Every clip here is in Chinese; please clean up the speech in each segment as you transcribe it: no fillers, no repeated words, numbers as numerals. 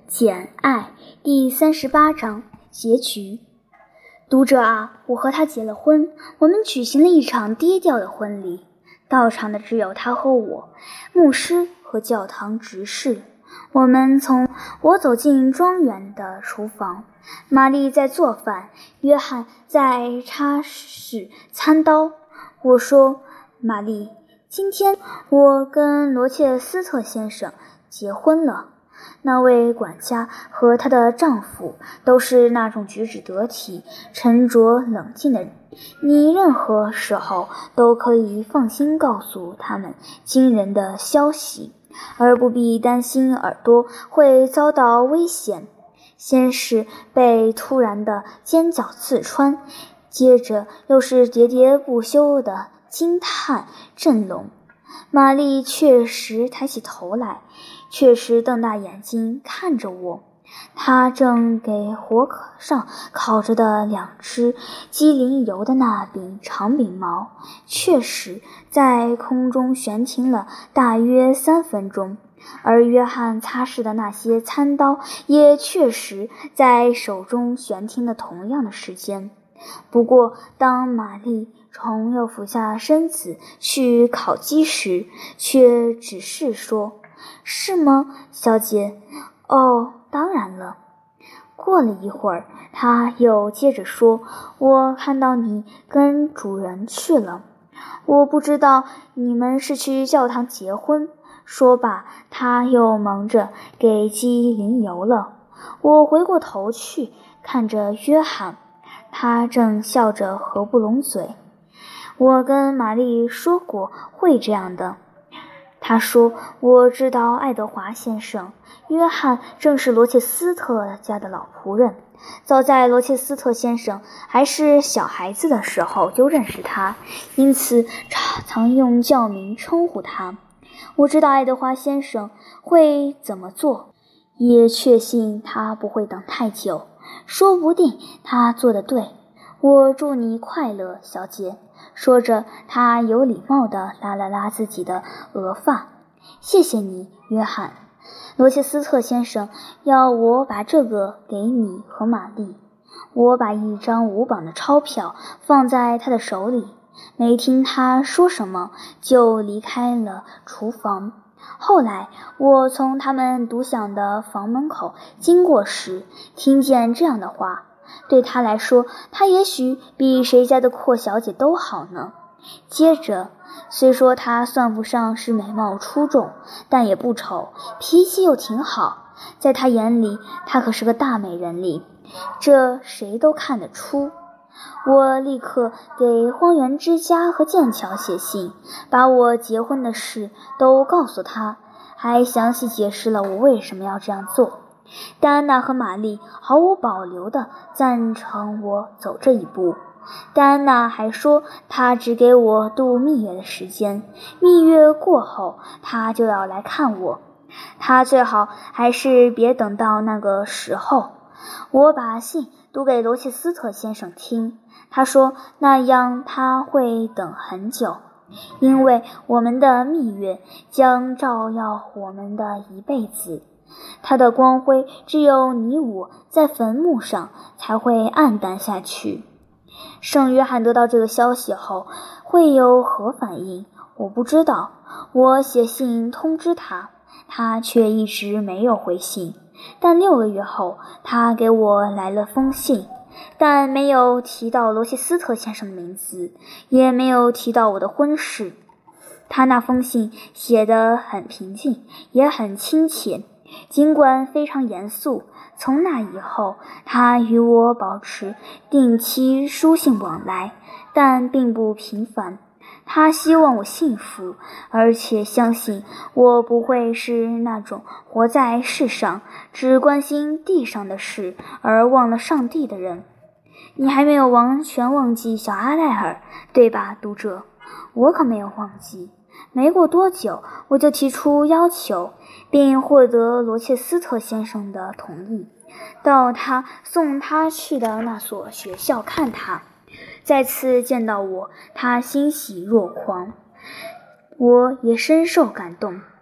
简爱第38章结局。读者啊，我和他结了婚，我们举行了一场低调的婚礼，到场的只有他和我，牧师和教堂执事。我走进庄园的厨房，玛丽在做饭，约翰在擦拭餐刀。我说：玛丽，今天我跟罗切斯特先生结婚了。那位管家和她的丈夫都是那种举止得体、沉着冷静的人，你任何时候都可以放心告诉他们惊人的消息，而不必担心耳朵会遭到危险。先是被突然的尖角刺穿，接着又是喋喋不休的惊叹震聋。玛丽确实抬起头来，确实瞪大眼睛看着我。她正给火上烤着的2只鸡淋油的那柄长柄矛，确实在空中悬停了大约3分钟，而约翰擦拭的那些餐刀也确实在手中悬停了同样的时间。不过当玛丽重又俯下身子去烤鸡时，却只是说：是吗，小姐？哦，当然了。过了一会儿，他又接着说：我看到你跟主人去了，我不知道你们是去教堂结婚。说罢，他又忙着给鸡淋油了。我回过头去看着约翰，他正笑着合不拢嘴。我跟玛丽说过会这样的。他说：我知道爱德华先生，约翰正是罗切斯特家的老仆人，早在罗切斯特先生还是小孩子的时候就认识他，因此常用教名称呼他。我知道爱德华先生会怎么做，也确信他不会等太久，说不定他做得对。我祝你快乐，小姐。说着，他有礼貌地拉了拉自己的额发。谢谢你，约翰。罗切斯特先生要我把这个给你和玛丽。我把一张5磅的钞票放在他的手里，没听他说什么，就离开了厨房。后来我从他们独享的房门口经过时，听见这样的话：对他来说，他也许比谁家的阔小姐都好呢。接着，虽说她算不上是美貌出众，但也不丑，脾气又挺好，在他眼里，她可是个大美人哩，这谁都看得出。我立刻给荒原之家和剑桥写信，把我结婚的事都告诉他，还详细解释了我为什么要这样做。戴安娜和玛丽毫无保留地赞成我走这一步。戴安娜还说她只给我度蜜月的时间，蜜月过后她就要来看我，她最好还是别等到那个时候。我把信读给罗切斯特先生听，他说那样他会等很久，因为我们的蜜月将照耀我们的一辈子，它的光辉只有你我在坟墓上才会暗淡下去。圣约翰得到这个消息后会有何反应，我不知道。我写信通知他，他却一直没有回信。但6个月后，他给我来了封信，但没有提到罗切斯特先生的名字，也没有提到我的婚事。他那封信写得很平静，也很亲切，尽管非常严肃。从那以后，他与我保持定期书信往来，但并不频繁。他希望我幸福，而且相信我不会是那种活在世上只关心地上的事而忘了上帝的人。你还没有完全忘记小阿黛尔，对吧，读者？我可没有忘记。没过多久，我就提出要求，并获得罗切斯特先生的同意，到他送他去的那所学校看他。再次见到我，他欣喜若狂，我也深受感动。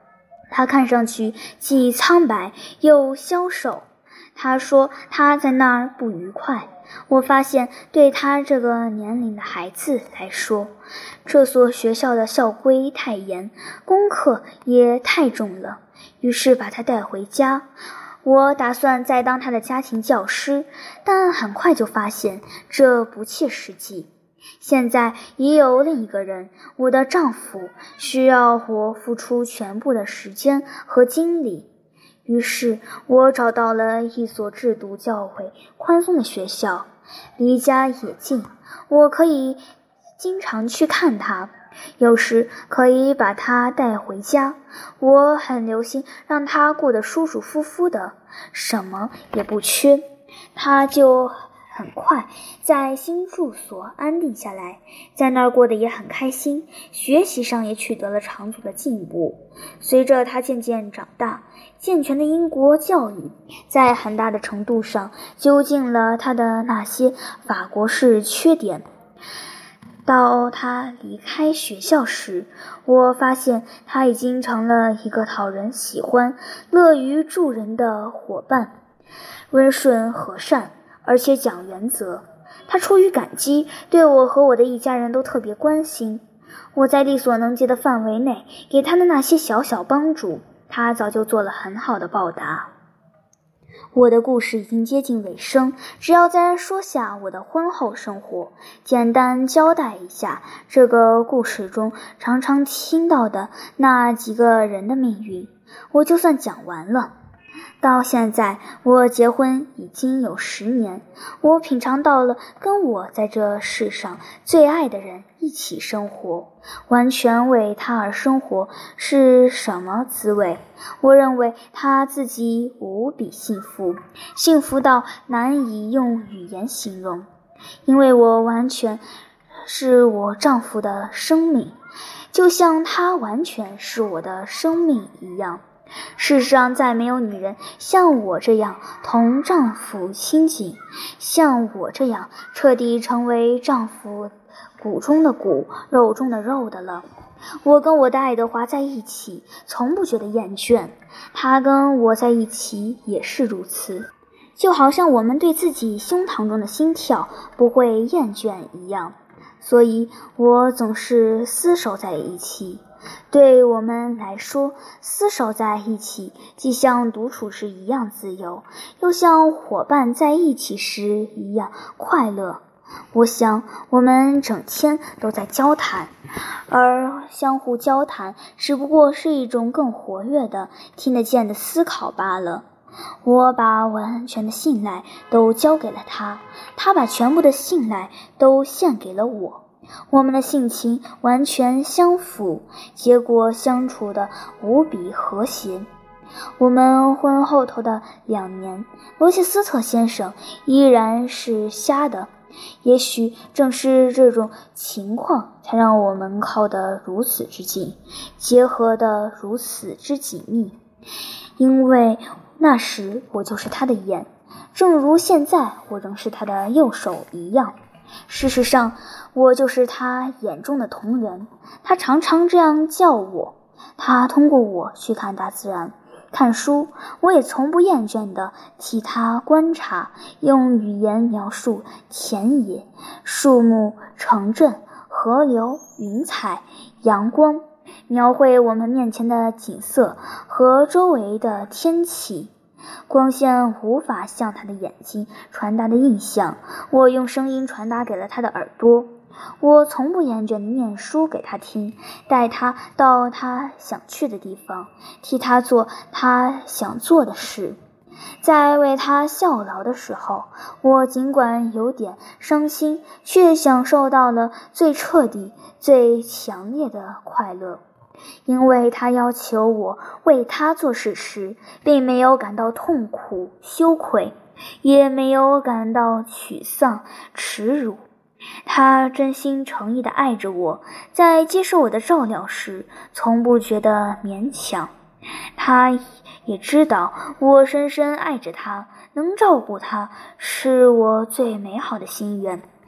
他看上去既苍白又消瘦。他说他在那儿不愉快。我发现对他这个年龄的孩子来说，这所学校的校规太严，功课也太重了，于是把他带回家。我打算再当他的家庭教师，但很快就发现这不切实际。现在也有另一个人，我的丈夫，需要我付出全部的时间和精力。于是我找到了一所制度较为宽松的学校，离家也近，我可以经常去看他，有时可以把他带回家。我很留心让他过得舒舒服服的，什么也不缺，他就很快在新住所安定下来，在那儿过得也很开心，学习上也取得了长足的进步。随着他渐渐长大，健全的英国教育在很大的程度上纠正了他的那些法国式缺点。到他离开学校时，我发现他已经成了一个讨人喜欢、乐于助人的伙伴，温顺和善，而且讲原则。他出于感激，对我和我的一家人都特别关心。我在力所能及的范围内给他的那些小小帮助，他早就做了很好的报答。我的故事已经接近尾声，只要再说下我的婚后生活，简单交代一下这个故事中常常听到的那几个人的命运，我就算讲完了。到现在，我结婚已经有10年，我品尝到了跟我在这世上最爱的人一起生活，完全为他而生活是什么滋味？我认为他自己无比幸福，幸福到难以用语言形容，因为我完全是我丈夫的生命，就像他完全是我的生命一样。世上再没有女人像我这样同丈夫亲近，像我这样彻底成为丈夫骨中的骨，肉中的肉的了。我跟我的爱德华在一起，从不觉得厌倦，他跟我在一起也是如此，就好像我们对自己胸膛中的心跳不会厌倦一样。所以我总是厮守在一起。对我们来说，厮守在一起既像独处时一样自由，又像伙伴在一起时一样快乐。我想我们整天都在交谈，而相互交谈只不过是一种更活跃的听得见的思考罢了。我把完全的信赖都交给了他，他把全部的信赖都献给了我。我们的性情完全相符，结果相处的无比和谐。我们婚后头的2年，罗切斯特先生依然是瞎的，也许正是这种情况才让我们靠得如此之近，结合得如此之紧密。因为那时我就是他的眼，正如现在我仍是他的右手一样。事实上，我就是他眼中的瞳人，他常常这样叫我。他通过我去看大自然，看书，我也从不厌倦地替他观察，用语言描述田野、树木、城镇、河流、云彩、阳光，描绘我们面前的景色和周围的天气。光线无法向他的眼睛传达的印象，我用声音传达给了他的耳朵。我从不厌倦地念书给他听，带他到他想去的地方，替他做他想做的事。在为他效劳的时候，我尽管有点伤心，却享受到了最彻底、最强烈的快乐。因为他要求我为他做事时，并没有感到痛苦、羞愧，也没有感到沮丧、耻辱。他真心诚意地爱着我，在接受我的照料时，从不觉得勉强。他也知道我深深爱着他，能照顾他是我最美好的心愿。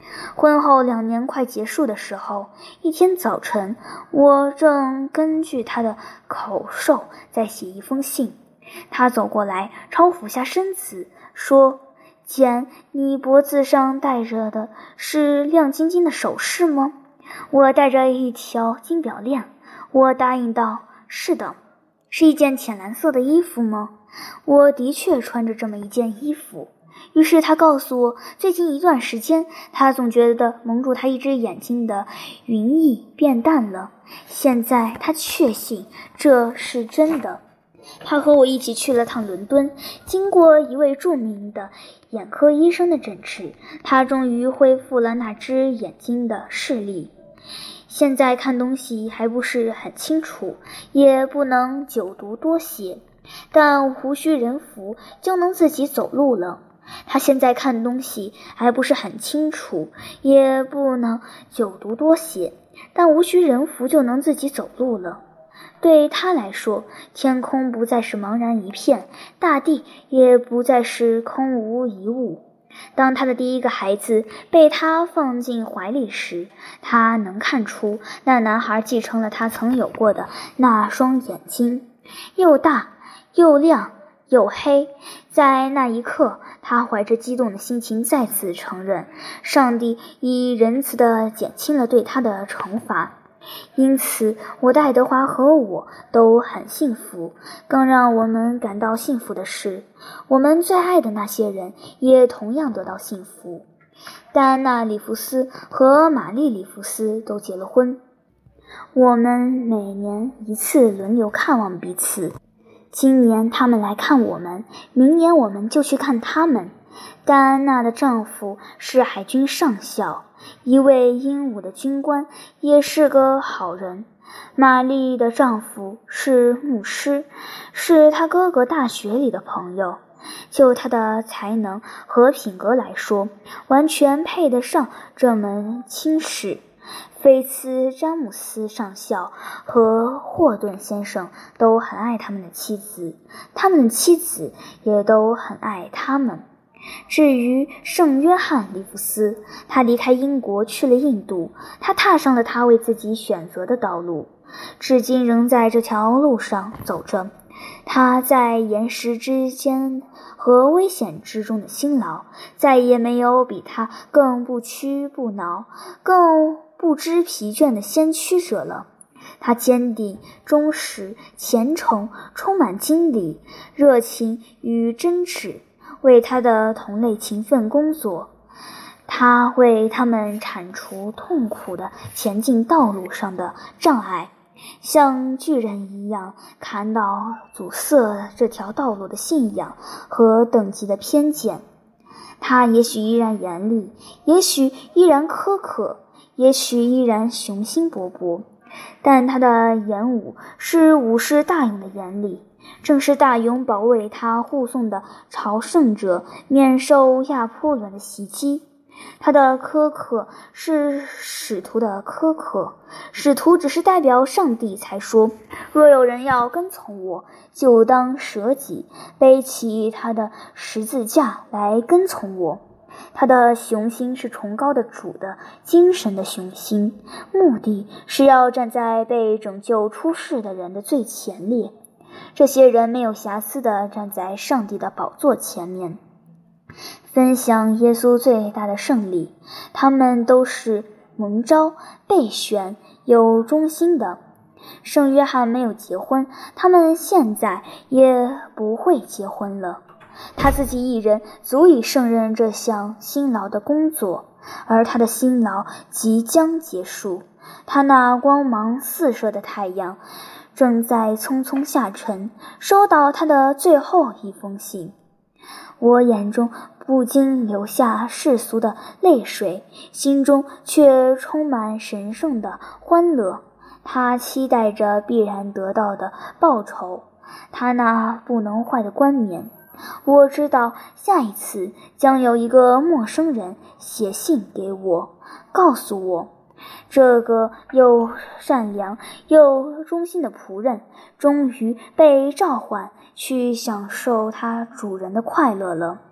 婚后2年快结束的时候，一天早晨，我正根据他的口授在写一封信。他走过来，朝我俯下身子，说：“简，你脖子上戴着的是亮晶晶的首饰吗？”我戴着一条金表链。我答应道：“是的。”“是一件浅蓝色的衣服吗？”“我的确穿着这么一件衣服。”于是他告诉我，最近一段时间，他总觉得蒙住他一只眼睛的云翳变淡了。现在他确信这是真的。他和我一起去了趟伦敦，经过一位著名的眼科医生的诊治，他终于恢复了那只眼睛的视力。现在看东西还不是很清楚，也不能久读多写，但无需人扶就能自己走路了。他现在看东西还不是很清楚，也不能久读多写，但无需人扶就能自己走路了。对他来说，天空不再是茫然一片，大地也不再是空无一物。当他的第一个孩子被他放进怀里时，他能看出那男孩继承了他曾有过的那双眼睛，又大又亮又黑。在那一刻，他怀着激动的心情再次承认，上帝以仁慈地减轻了对他的惩罚。因此，我的爱德华和我都很幸福。更让我们感到幸福的是，我们最爱的那些人也同样得到幸福。戴安娜·里弗斯和玛丽·里弗斯都结了婚。我们每年一次轮流看望彼此。今年他们来看我们，明年我们就去看他们。戴安娜的丈夫是海军上校，一位英武的军官，也是个好人。玛丽的丈夫是牧师，是她哥哥大学里的朋友。就他的才能和品格来说，完全配得上这门亲事。菲茨詹姆斯上校和霍顿先生都很爱他们的妻子，他们的妻子也都很爱他们。至于圣约翰·里弗斯，他离开英国去了印度，他踏上了他为自己选择的道路，至今仍在这条路上走着。他在岩石之间和危险之中的辛劳，再也没有比他更不屈不挠、更不知疲倦的先驱者了。他坚定、忠实、虔诚，充满精力、热情与真挚，为他的同类勤奋工作。他为他们铲除痛苦的前进道路上的障碍，像巨人一样砍倒阻塞这条道路的信仰和等级的偏见。他也许依然严厉，也许依然苛刻，也许依然雄心勃勃，但他的严武是武士大勇的严厉，正是大勇保卫他护送的朝圣者免受亚波伦的袭击。他的苛刻是使徒的苛刻，使徒只是代表上帝才说，若有人要跟从我，就当舍己，背起他的十字架来跟从我。他的雄心是崇高的主的精神的雄心，目的是要站在被拯救出世的人的最前列。这些人没有瑕疵地站在上帝的宝座前面，分享耶稣最大的胜利。他们都是蒙召、备选、有忠心的。圣约翰没有结婚，他们现在也不会结婚了。他自己一人足以胜任这项辛劳的工作，而他的辛劳即将结束。他那光芒四射的太阳正在匆匆下沉，收到他的最后一封信。我眼中不禁流下世俗的泪水，心中却充满神圣的欢乐。他期待着必然得到的报酬，他那不能坏的冠冕。我知道下一次将有一个陌生人写信给我，告诉我，这个又善良又忠心的仆人终于被召唤去享受他主人的快乐了。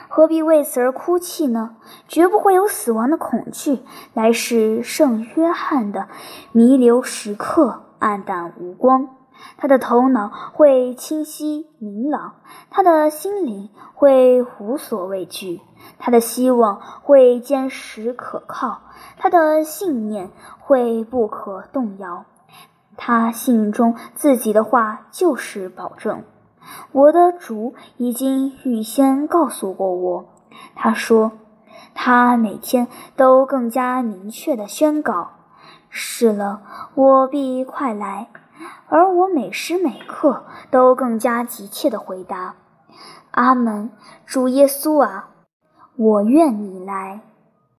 何必为此而哭泣呢？绝不会有死亡的恐惧。来世圣约翰的弥留时刻暗淡无光，他的头脑会清晰明朗，他的心灵会无所畏惧，他的希望会坚实可靠，他的信念会不可动摇。他信中自己的话就是保证。我的主已经预先告诉过我，他说，他每天都更加明确地宣告，是了，我必快来。而我每时每刻都更加急切地回答，阿门，主耶稣啊，我愿你来。